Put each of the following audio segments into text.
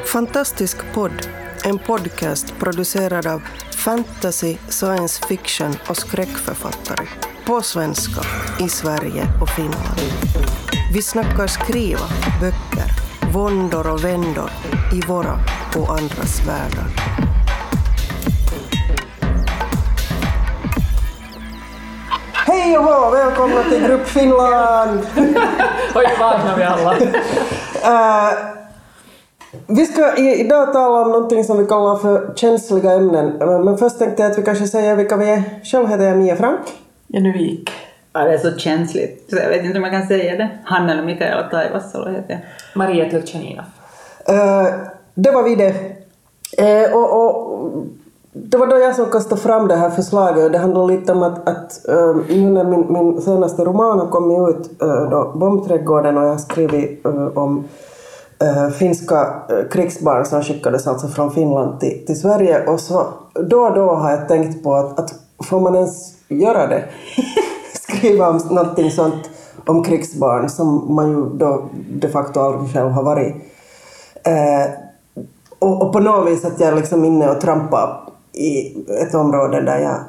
Fantastisk podd, en podcast producerad av fantasy, science fiction och skräckförfattare. På svenska, i Sverige och Finland. Vi snackar skriva, böcker, våndor och vändor i våra och andras världar. Hej och välkomna till Grupp Finland! Oj, vaknar vi alla. Vi ska idag tala om någonting som vi kallar för känsliga ämnen. Men först tänkte jag att vi kanske säger vilka vi är. Själv heter jag Mia Frank. Jenny Wik. Ja, det är så känsligt. Så jag vet inte om man kan säga det. Hanna eller Mikaela Taivas, heter jag. Maria Turchaninov. Det var vi det. Och det var då jag som kastade fram det här förslaget. Det handlar lite om att nu när min senaste roman har kommit ut, då, Bombträdgården, och jag har skrivit om finska krigsbarn som skickades alltså från Finland till Sverige. Och så då och då har jag tänkt på att får man ens göra det? Skriva om någonting sånt om krigsbarn som man ju då de facto aldrig själv har varit. Och på något vis att jag liksom inne och trampar i ett område där jag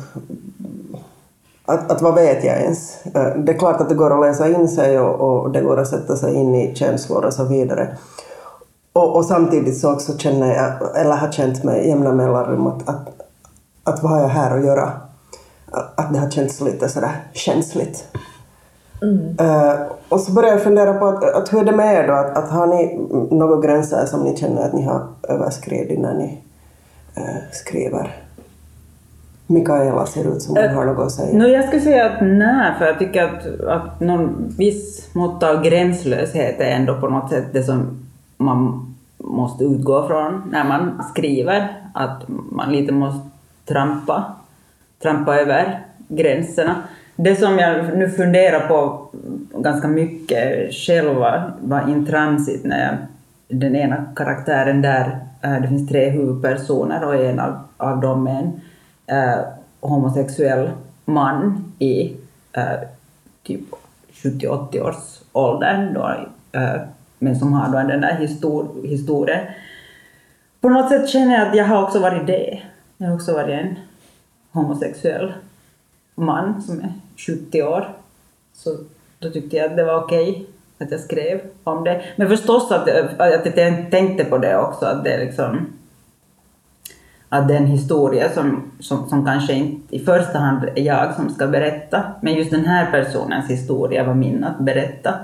att vad vet jag ens. Det är klart att det går att läsa in sig och det går att sätta sig in i känslor och så vidare. Och samtidigt så också känner jag, eller har känt mig jämna mellanrum att vad har jag här att göra? Att det har känts lite sådär känsligt. Och så börjar jag fundera på att hur är det med er då? Att har ni några gränser som ni känner att ni har överskridit när ni skriver? Mikaela ser ut som hon har något att säga. Jag skulle säga att nej, för jag tycker att någon viss mått av gränslöshet är ändå på något sätt det som man måste utgå från när man skriver. Att man lite måste trampa över gränserna. Det som jag nu funderar på ganska mycket själv var in transit när den ena karaktären där, det finns 3 huvudpersoner och en av dem är en homosexuell man i typ 70-80 års åldern då, men som har då den där historien. På något sätt känner jag att jag har också varit det. Jag har också varit en homosexuell man som är 70 år. Så då tyckte jag att det var okej att jag skrev om det. Men förstås att jag tänkte på det också, att det är liksom att det är en historia som kanske inte i första hand är jag som ska berätta, men just den här personens historia var min att berätta,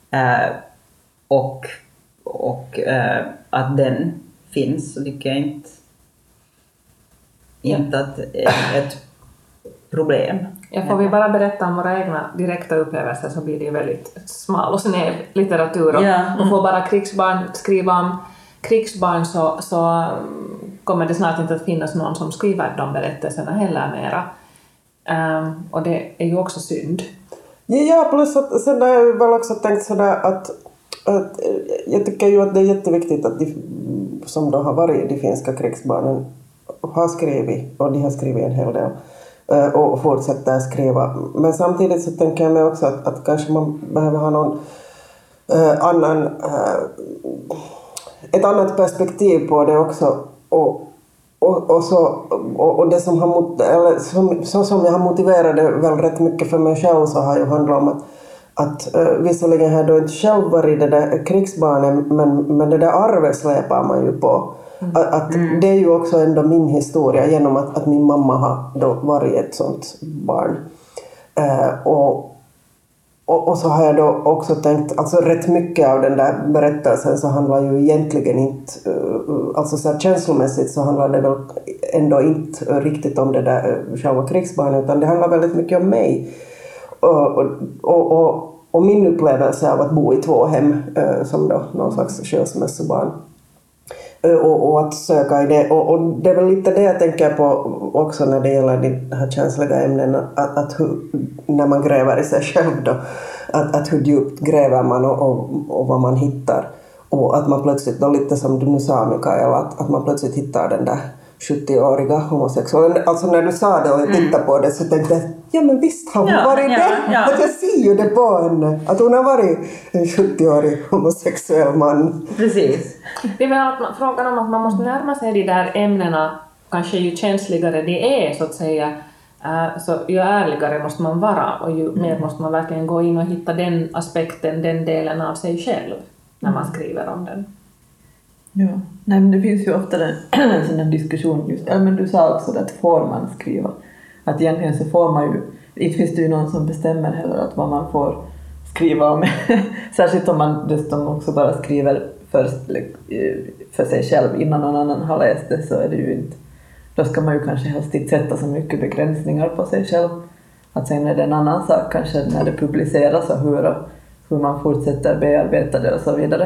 och att den finns, så tycker jag inte att det är ett problem. Ja, får vi bara berätta om våra egna direkta upplevelser så blir det ju väldigt smal och snäv litteratur. Och får bara krigsbarn skriva om krigsbarn så kommer det snart inte att finnas någon som skriver de berättelserna heller mera. Och det är ju också synd. Ja, plus att sen har jag väl också tänkt sådär att jag tycker ju att det är jätteviktigt att de som då har varit de finska krigsbarnen har skrivit, och de har skrivit en hel del och fortsätter skriva. Men samtidigt så tänker jag mig också att kanske man behöver ha någon ett annat perspektiv på det också, och det som har eller som jag har motiverat det väl rätt mycket för mig själv, så har ju handlat om att visserligen har då inte själv varit det där krigsbarnen, men det där arvet släpar man ju på. Att det är ju också ändå min historia genom att min mamma har då varit ett sånt barn. Och så har jag då också tänkt, alltså rätt mycket av den där berättelsen så handlar ju egentligen inte, alltså så här känslomässigt så handlar det väl ändå inte riktigt om det där själva krigsbarnet, utan det handlar väldigt mycket om mig. Och min upplevelse av att bo i 2 hem som då någon slags skilsmässobarn. Och att söka i det. Och det är väl lite det jag tänker på också när det gäller de här känsliga ämnena. Att när man gräver i sig själv då. Att hur djupt gräver man och vad man hittar. Och att man plötsligt, då lite som du nu sa Mikaela, att man plötsligt hittar den där 70-åriga homosexuella. Alltså när du sa det och jag tittade på det så tänkte jag, ja men visst har hon varit det. Att jag ser ju det på henne. Att hon har varit en 70-årig homosexuell man. Precis. Det är väl frågan om att man måste närma sig de där ämnena, kanske ju känsligare det är så att säga, så ju ärligare måste man vara och ju mer måste man verkligen gå in och hitta den aspekten, den delen av sig själv när man skriver om den. Ja, nej men det finns ju ofta en sån här diskussion just, men du sa också att får man skriva, att egentligen så får man ju, inte finns det ju någon som bestämmer heller att vad man får skriva om, särskilt om man dessutom också bara skriver för sig själv innan någon annan har läst det, så är det ju inte, då ska man ju kanske helst inte sätta så mycket begränsningar på sig själv, att sen är det en annan sak kanske när det publiceras och hur man fortsätter bearbeta det och så vidare.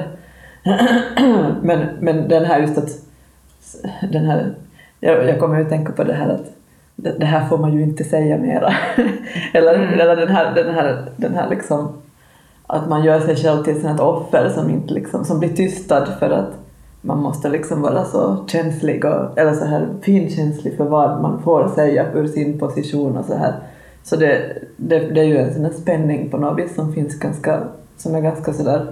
Men den här just att den här, jag kommer ju att tänka på det här att det här får man ju inte säga mera. eller den här liksom att man gör sig själv till ett offer som inte liksom, som blir tystad för att man måste liksom vara så känslig och, eller så här finkänslig för vad man får säga ur sin position och så här. Så det är ju en sån här spänning på något vis som finns ganska, som är ganska så där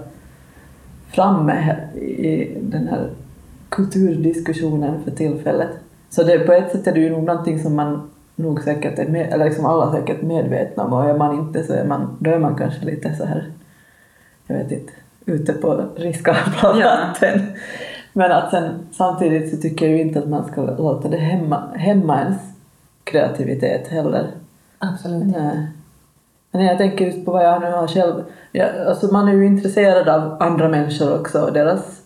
framme i den här kulturdiskussionen för tillfället. Så det, på ett sätt är det ju nog någonting som man nog säkert är med, eller liksom alla säkert medvetna om, och är man inte så då är man kanske lite så här, jag vet inte, ute på riskabla vatten. Men att sen samtidigt så tycker jag ju inte att man ska låta det hämma ens kreativitet heller. Absolut. Nej. Men jag tänker just på vad jag nu har själv. Alltså man är ju intresserad av andra människor också och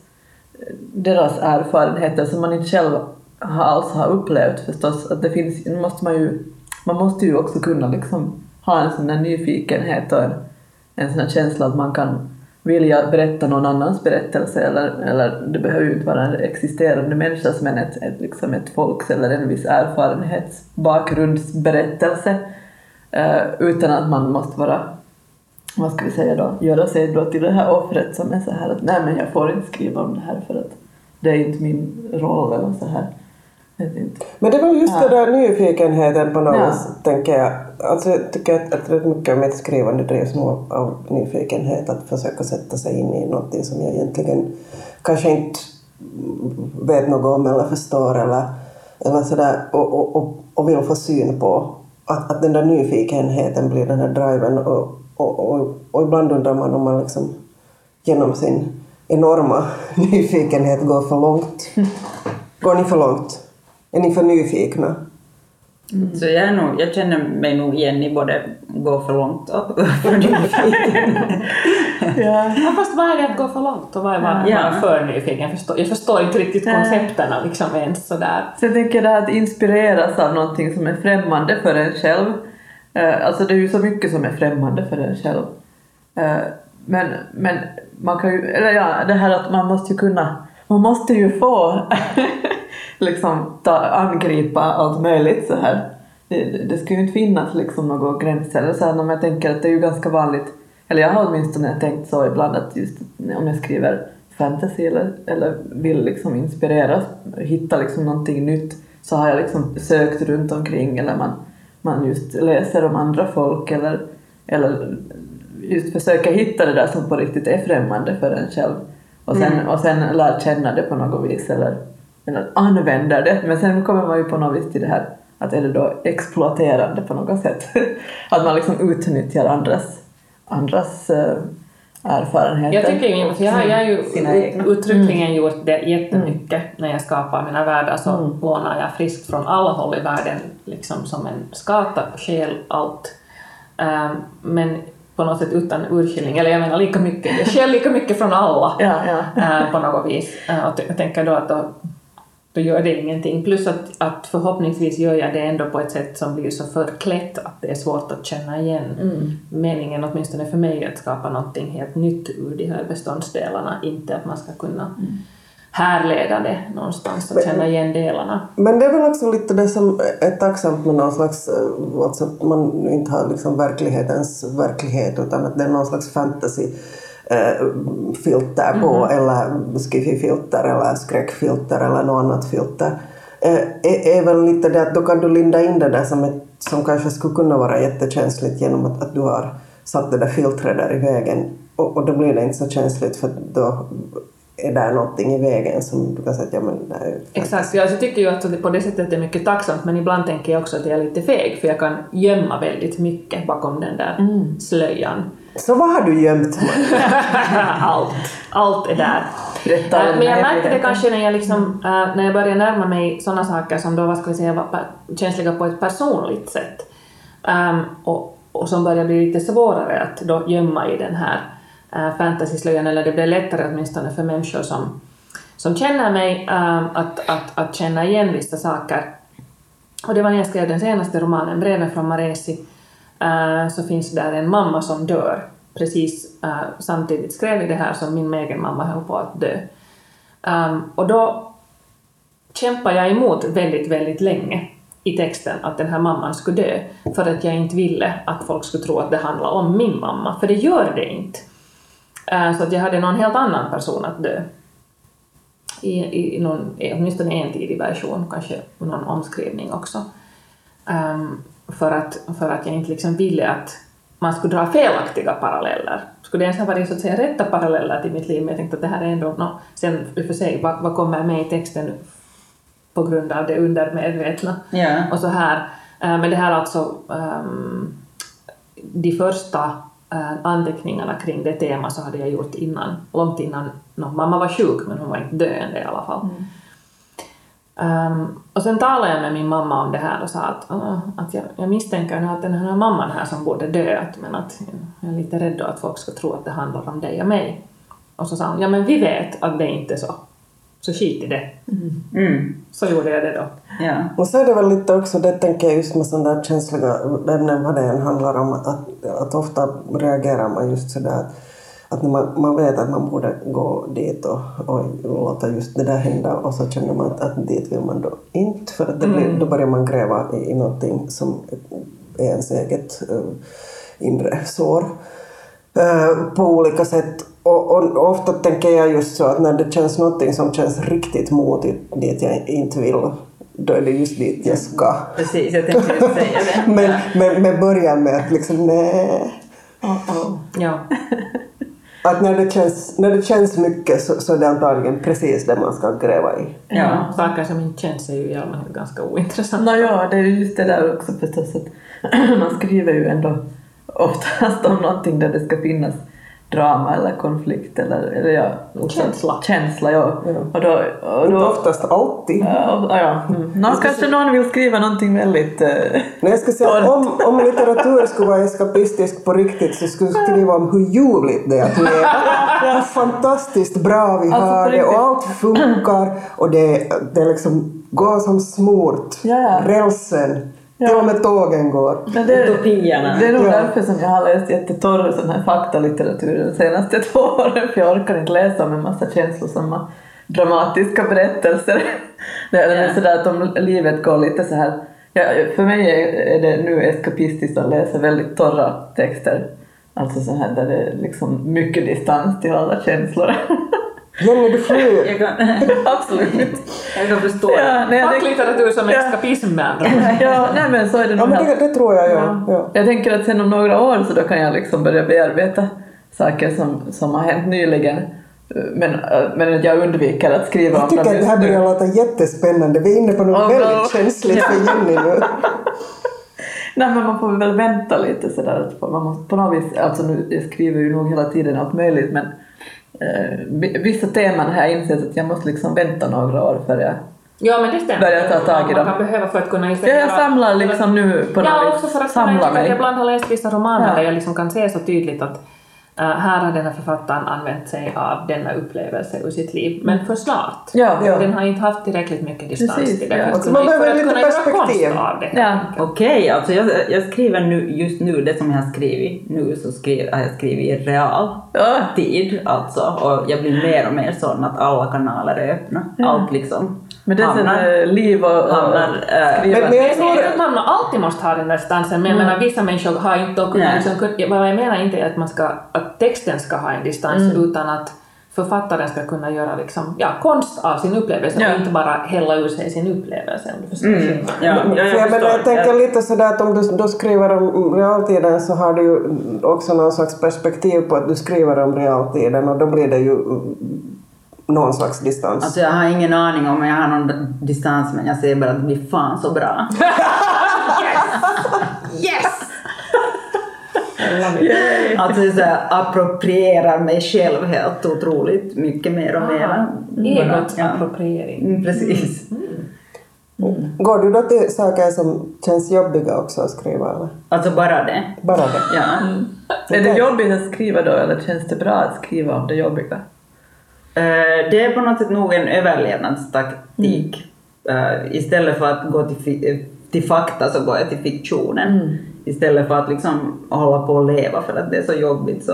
deras erfarenheter som man inte själv alls har upplevt förstås. Att det finns, man måste ju också kunna liksom ha en sån där nyfikenhet och en sån här känsla att man kan vilja berätta någon annans berättelse, eller det behöver ju inte vara en existerande människas, men liksom ett folks eller en viss erfarenhetsbakgrundsberättelse, utan att man måste vara, vad ska vi säga då, göra sig då till det här offret som är så här att nej men jag får inte skriva om det här för att det är inte min roll eller så här. Men det var just det där nyfikenheten på något vis, tänker jag. Alltså jag tycker att rätt mycket av mitt skrivande drivs nog av nyfikenhet, att försöka sätta sig in i något som jag egentligen kanske inte vet något om eller förstår eller sådär, och vill få syn på. Att den där nyfikenheten blir den här driven, och ibland undrar man om man liksom genom sin enorma nyfikenhet går för långt. Går ni för långt? Är ni för nyfikna? Så jag känner mig nog igen i både gå för långt och för nyfiken. Ja, fast vad är det att gå för långt och vad är vara för nyfiken? Jag förstår inte riktigt koncepterna liksom ens sådär. Så jag tänker det här att inspireras av någonting som är främmande för en själv. Alltså det är ju så mycket som är främmande för en själv. Men man kan ju, eller det här att man måste ju få liksom angripa allt möjligt så här. Det ska ju inte finnas liksom några gränser eller så här, om jag tänker att det är ju ganska vanligt, eller jag har åtminstone tänkt så ibland att just om jag skriver fantasy eller vill liksom inspireras, hitta liksom någonting nytt, så har jag liksom sökt runt omkring, eller man just läser om andra folk eller just försöka hitta det där som på riktigt är främmande för en själv, och sen lär känna det på något vis eller använder det. Men sen kommer man ju på något vis till det här att är det då exploaterande på något sätt. Att man liksom utnyttjar andras erfarenheter. Jag tycker ju, för jag har ju uttryckligen gjort det jättemycket när jag skapar mina världar, så lånar jag friskt från alla håll i världen liksom som en skata, själ, allt. Men på något sätt utan urskiljning, eller jag menar lika mycket, jag själv lika mycket från alla på något vis. Och jag tänker då att då gör det ingenting. Plus att förhoppningsvis gör jag det ändå på ett sätt som blir så förklätt att det är svårt att känna igen. Meningen åtminstone för mig är att skapa någonting helt nytt ur de här beståndsdelarna, inte att man ska kunna härleda det någonstans och känna igen delarna. Men det är väl också lite det som är tacksamt med någon slags, alltså att man inte har liksom verklighetens verklighet, utan att det är någon slags fantasy filter på, eller skiffy-filter eller skräckfilter eller något annat filter. är väl lite det att då kan du linda in det där som kanske skulle kunna vara jättekänsligt genom att du har satt det där filtret där i vägen och då blir det inte så känsligt för då är det någonting i vägen som du kan säga att ja men det är... Exakt, jag tycker ju att på det sättet det är mycket tacksamt men ibland tänker jag också att jag är lite feg för jag kan gömma väldigt mycket bakom den där slöjan. Så vad har du gömt? Allt är där. Men jag märkte det kanske när jag liksom, när jag började närma mig sådana saker som då vad ska vi säga var känsliga på ett personligt sätt och som började bli lite svårare att då gömma i den här fantasyslöjan, eller det blev lättare åtminstone för människor som känner mig att känna igen vissa saker. Och det var när jag skrev den senaste romanen, Breven från Maresi, så finns där en mamma som dör. Precis samtidigt skrev jag det här som min egen mamma höll på att dö. Och då kämpade jag emot väldigt, väldigt länge i texten att den här mamman skulle dö. För att jag inte ville att folk skulle tro att det handlar om min mamma. För det gör det inte. Så att jag hade någon helt annan person att dö. I åtminstone en tidig version, kanske någon omskrivning också. För att jag inte liksom ville att man skulle dra felaktiga paralleller. Skulle det ens ha varit så att säga rätta paralleller till mitt liv, men jag tänkte att det här är ändå sen för sig, vad kommer med i texten på grund av det undermedvetna. Yeah. Och så här. Men det här alltså de första anteckningarna kring det tema så hade jag gjort långt innan mamma var sjuk, men hon var inte döende i alla fall. Och sen talade jag med min mamma om det här och sa att jag misstänker nu att den här mamman här som borde dö, men att jag är lite rädd att folk ska tro att det handlar om dig och mig. Och så sa hon, ja men vi vet att det inte är så skit i det. Så gjorde jag det då. Ja. Och så är det väl lite också, det tänker jag just med sådana där känsliga ämnen vad det än handlar om, att ofta reagerar man just sådär att när man vet att man borde gå dit och låta just det där hända och så känner man att dit vill man då inte, för att då börjar man gräva i någonting som är ens eget inre sår på olika sätt. Och ofta tänker jag just så att när det känns någonting som känns riktigt motigt dit jag inte vill, då är det just dit jag ska. Precis, jag tänkte just säga det. men börjar med att liksom nej. Ja. Att när det känns mycket så är det antagligen precis det man ska gräva i. Ja, saker som inte känns är ju i allmänhet ganska ointressanta. Ja, det är just det där också förstås att man skriver ju ändå oftast om någonting där det ska finnas drama eller konflikt eller ja, känsla ja. Och då oftast alltid. Kanske någon vill skriva någonting väldigt Nej, jag ska säga om litteratur skulle vara eskapistisk på riktigt så skulle jag skriva om hur ljuvligt det är att leva. Hur fantastiskt bra vi har det och allt funkar och det liksom går som smort. Rälsen. Till och med tågen går. Utopierna. Det är nog därför som jag har läst jättetorr sån här faktalitteratur de senaste 2 åren, för jag orkar inte läsa om en massa känslosamma dramatiska berättelser. Det är sådär att om livet går lite så här. För mig är det nu eskapistiskt att läsa väldigt torra texter. Alltså så här där det är liksom mycket distans till alla känslor. Jenny, du flyr. Absolut. Jag kan förstå. Facklitteratur som eskapism med andra. Nej men så är det nog. Ja, men det tror jag, ja. Jag tänker att sen om några år så då kan jag liksom börja bearbeta saker som har hänt nyligen. Men jag undviker att skriva om dem. Jag tycker att det här börjar låta jättespännande. Vi är inne på något väldigt känsligt för Jenny nu. Nej, men man får väl vänta lite sådär. Man måste på något vis, alltså nu jag skriver ju nog hela tiden allt möjligt, men vissa teman har jag insett att jag måste liksom vänta några år för jag men det stämmer. börjar ta tag i dem. Man kan behöva för att kunna jag samlar liksom nu på något vis. Ja, också för att samla mig. Jag ibland har läst vissa romaner där jag liksom kan se så tydligt att här har den här författaren använt sig av denna upplevelse ur sitt liv. Men för snart. Den har inte haft tillräckligt mycket distans till det. Man behöver lite perspektiv. Okej, alltså jag skriver just nu det som jag har skrivit. Nu så har jag skrivit i real tid alltså. Och jag blir mer och mer sån att alla kanaler är öppna. Allt liksom. Men det är liv och men jag tror att man alltid måste ha den där distansen. Men jag menar, vissa människor har inte vad jag menar inte är att texten ska ha en distans utan att författaren ska kunna göra liksom, konst av sin upplevelse och inte bara hälla ur sig sin upplevelse. Om du förstår jag tänker lite sådär att om du skriver om realtiden så har du ju också någon slags perspektiv på att du skriver om realtiden och då blir det ju någon slags distans. Alltså jag har ingen aning om jag har någon distans, men jag ser bara att det blir fan så bra. Yes! Alltså så approprierar mig själv helt otroligt mycket mer och mer. Egot appropriering. Precis. Går du då till saker som känns jobbiga också att skriva? Eller? Alltså bara det. Bara det? Ja. Är det jobbigt att skriva då eller känns det bra att skriva om det jobbiga? Det är på något sätt nog en överlevnadstaktik. Istället för att gå till fakta så går jag till fiktionen. Istället för att liksom hålla på och leva för att det är så jobbigt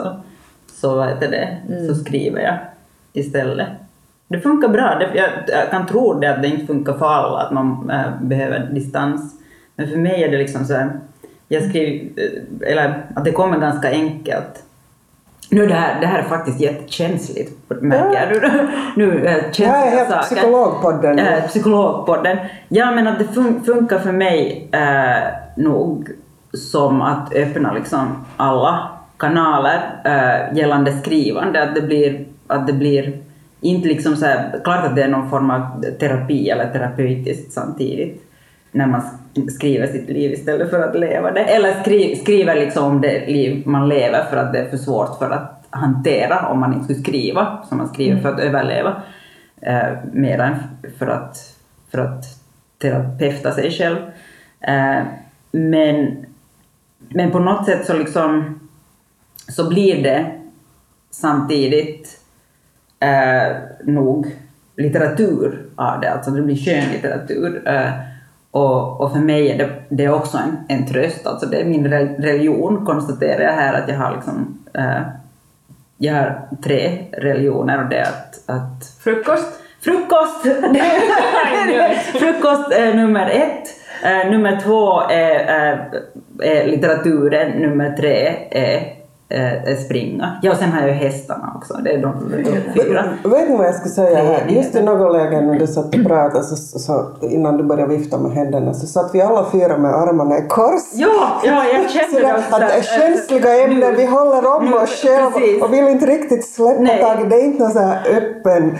så skriver jag istället. Det funkar bra. Jag kan tro det att det inte funkar för alla, att man behöver distans. Men för mig är det liksom så här, jag skriver, eller att det kommer ganska enkelt. Nu det här är faktiskt jättekänsligt, märker du? Nu jag är helt psykologpodden. Psykologpodden. Ja, men att det funkar för mig nog som att öppna liksom alla kanaler gällande skrivande. Att det blir inte liksom så här, klart att det är någon form av terapi eller terapeutiskt samtidigt när man skriver sitt liv istället för att leva det. Eller skriver liksom om det liv man lever för att det är för svårt för att hantera om man inte skulle skriva som man skriver för att överleva. Mer än för att terapeuta sig själv. Men på något sätt så liksom så blir det samtidigt nog litteratur av det, alltså det blir skönlitteratur. Och för mig är det är också en tröst, alltså det är min religion, konstaterar jag här, att jag har liksom jag har 3 religioner och det är att frukost frukost är nummer 1, nummer 2 är litteraturen, nummer 3 är springa. Ja, och sen har jag ju hästarna också. Det är de 4. Vet ni vad jag ska säga här? Just i något läge när du satt och pratade så innan du började vifta med händerna så satt vi alla 4 med armarna i kors. Ja, jag kände det också. Att det är känsliga ämnen, vi håller om oss själva och vill inte riktigt släppa taget. Det är inte någon så här öppen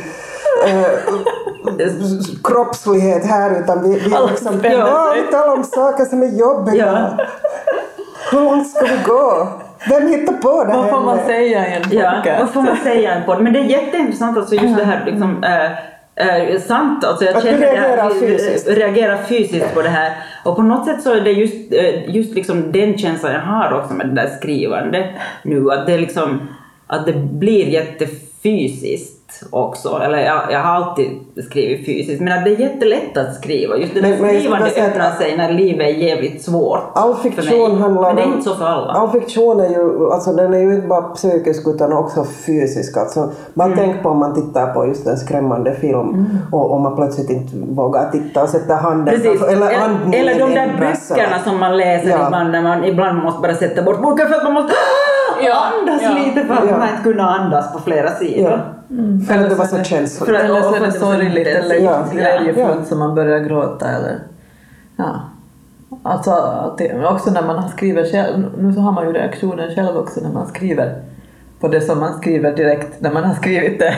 kroppslighet här, utan vi liksom talar om saker som är jobbiga. Ja. Hur långt ska vi gå? Vem hittar på det här? Vad får man säga i en podcast? Ja, vad får man säga i en podd? Men det är jätteintressant alltså just det här liksom, sant, alltså jag känner reagera fysiskt på det här. Och på något sätt så är det just liksom den känslan jag har också med det där skrivande nu, att det liksom att det blir jättefysiskt också, eller jag har alltid skrivit fysiskt, men att det är jättelätt att skriva, just det där skrivande öppnar sig när livet är jävligt svårt. All fiktion handlar om, men det är inte så för alla. All fiktion är ju, alltså den är ju inte bara psykisk utan också fysisk, alltså bara tänk på om man tittar på just en skrämmande film och man plötsligt inte vågar titta och sätta handen eller de där böckerna som man läser ibland, när man ibland måste bara sätta bort boken för att man måste andas lite för att man inte kunna andas på flera sidor. För att det var så känsligt. Eller så är det sorgligt eller glädjefullt som man börjar gråta eller alltså också när man skriver själv, nu så har man ju reaktionen själv också när man skriver på det som man skriver direkt när man har skrivit det.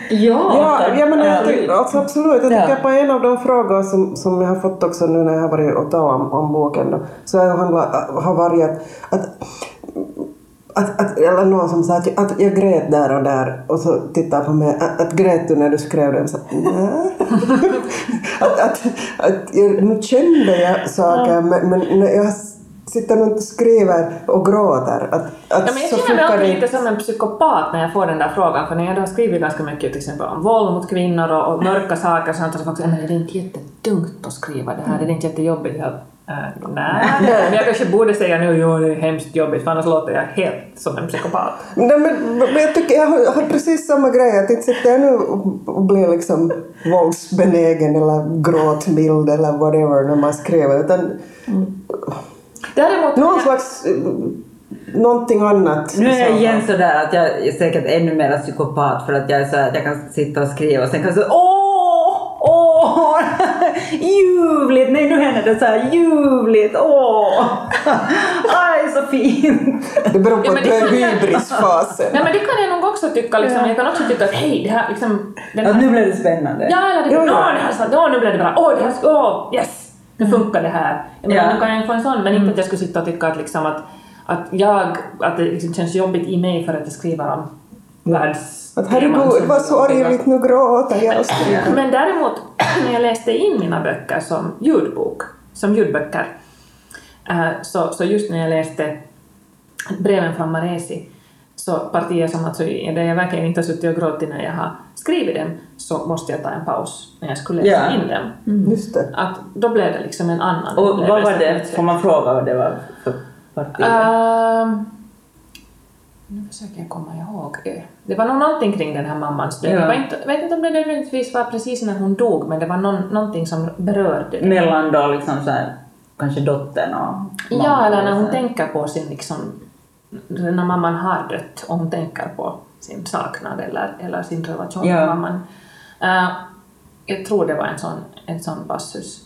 Alltså absolut. Jag tycker på en av de frågor som jag har fått också nu när jag har varit och talat om boken då, så har varit att eller någon som sa att jag grät där och där och så tittar på mig att grät du när du skrev det så att nu kände jag saker men jag sitter och skriver och gråter men jag känner mig lite som en psykopat när jag får den där frågan, för när jag då skriver ganska mycket till exempel om våld mot kvinnor och mörka saker så att folk säger men det är inte jättetungt att skriva det här, det är inte jättejobbigt. Nej, men jag kanske borde säga nu det är hemskt jobbigt, för annars låter jag helt som en psykopat. Nej, men jag tycker jag har precis samma grej, att inte sitter jag nu och blir liksom våldsbenägen eller gråtmild eller whatever när man skriver, utan däremot, någon slags någonting annat. Nu är jag igen så där att jag är säkert ännu mer psykopat för att jag är så här, jag kan sitta och skriva och sen kan jag säga ljuvligt, nej nu händer det så här ljuvligt, aj så fint. Det beror på att du är hybrisfasen. Nej men det kan jag nog också tycka liksom, jag kan också tycka att hej det här liksom här... nu blev det spännande. Ja, eller det nu blev det bra. Yes. Nu funkar det här. Nu kan jag få en sån, men inte att jag skulle sitta och tycka att liksom att det liksom känns jobbigt i mig för att jag skriver om att herregud, det var så argligt, nu gråter jag. Men däremot, när jag läste in mina böcker som ljudböcker, så just när jag läste breven från Maresi, så partier som alltså, där jag verkligen inte har suttit och gråtit när jag har skrivit dem, så måste jag ta en paus när jag skulle läsa in dem. Just det. Att då blev det liksom en annan. Och vad var det? Får man fråga vad det var för partier? Nu försöker jag komma ihåg. Det var nog någonting kring den här mammans död. Jag vet inte om det nödvändigtvis var precis när hon dog, men det var någonting som berörde det. Mellan då liksom så här, kanske dottern och mamman. Ja, eller när hon tänker på sin liksom, när mamman har dött och hon tänker på sin saknad eller sin relation med mamman. Jag tror det var en sån passus.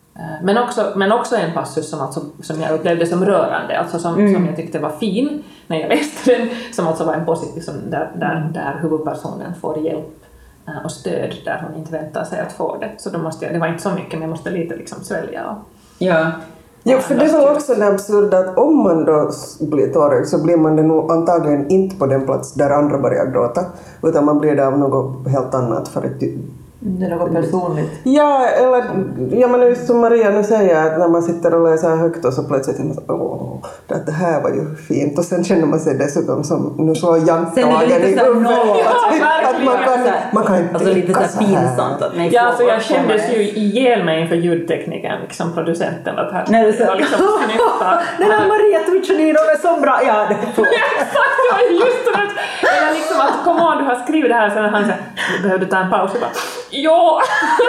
Men också en passus som jag upplevde som rörande, alltså som jag tyckte var fin när jag läste den, som alltså var en positiv som där huvudpersonen får hjälp och stöd där hon inte väntar sig att få det. Så då det var inte så mycket, men jag måste lite liksom svälja. Ja, för det var också det absurda att om man då blir tårögd så blir man det nog antagligen inte på den plats där andra börjar gråta, utan man blir det av något helt annat för att det är något personligt. Ja, eller jag menar just som Maria nu säger att när man sitter och läser högt och så plötsligt man det här var ju fint och sen känner man sig dessutom som nu slår jantelagen i huvudet att man kan inte alltså lite så pinsamt att ja, alltså jag kändes ju ihjäl mig inför ljudtekniken liksom producenten att här nej, det var liksom den här Maria Twitchenino är så bra ja, det är exakt, det var just det eller liksom att kom on, du har skrivit det här sen han säger behövde ta en paus och bara ja.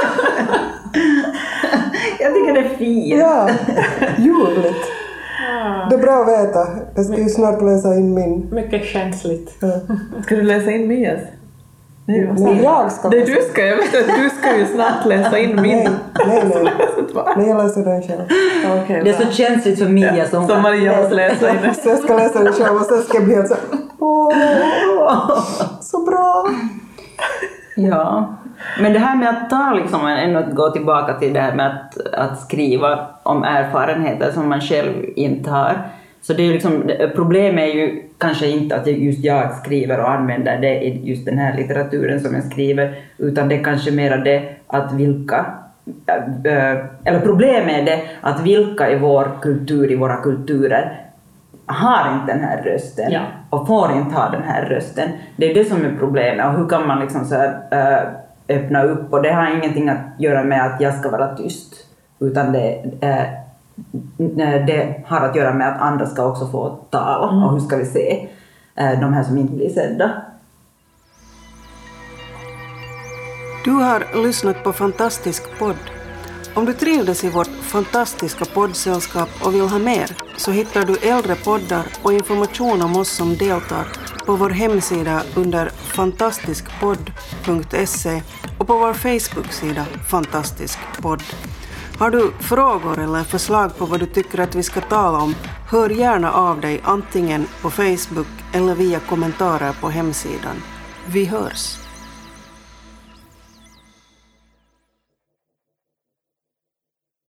Jag tycker det är fint. Ja, ljuvligt. Det är bra att veta. Jag ska ju snart läsa in min. Mycket känsligt. Ska du läsa in Mias? Nej, jag ska. Det du ska, jag vet att du ska ju snart läsa in min. Nej, jag läser den själv. Okay, det är så känsligt för Mia som Maria måste läsa in. Så jag ska läsa den själv och sen ska jag bli så så bra. Ja, men det här med att ta liksom, ännu att gå tillbaka till det här med att skriva om erfarenheter som man själv inte har. Så det är liksom, problemet är ju kanske inte att just jag skriver och använder det i just den här litteraturen som jag skriver, utan det är kanske mer det att eller problemet är det att vilka i vår kultur, i våra kulturer har inte den här rösten och får inte ha den här rösten. Det är det som är problemet och hur kan man liksom så här, öppna upp, och det har ingenting att göra med att jag ska vara tyst, utan det har att göra med att andra ska också få tala och hur ska vi se de här som inte blir sedda. Du har lyssnat på Fantastisk podd. Om du trivdes i vårt fantastiska poddsällskap och vill ha mer så hittar du äldre poddar och information om oss som deltar på vår hemsida under fantastiskpodd.se och på vår Facebook-sida Fantastisk podd. Har du frågor eller förslag på vad du tycker att vi ska tala om, hör gärna av dig antingen på Facebook eller via kommentarer på hemsidan. Vi hörs!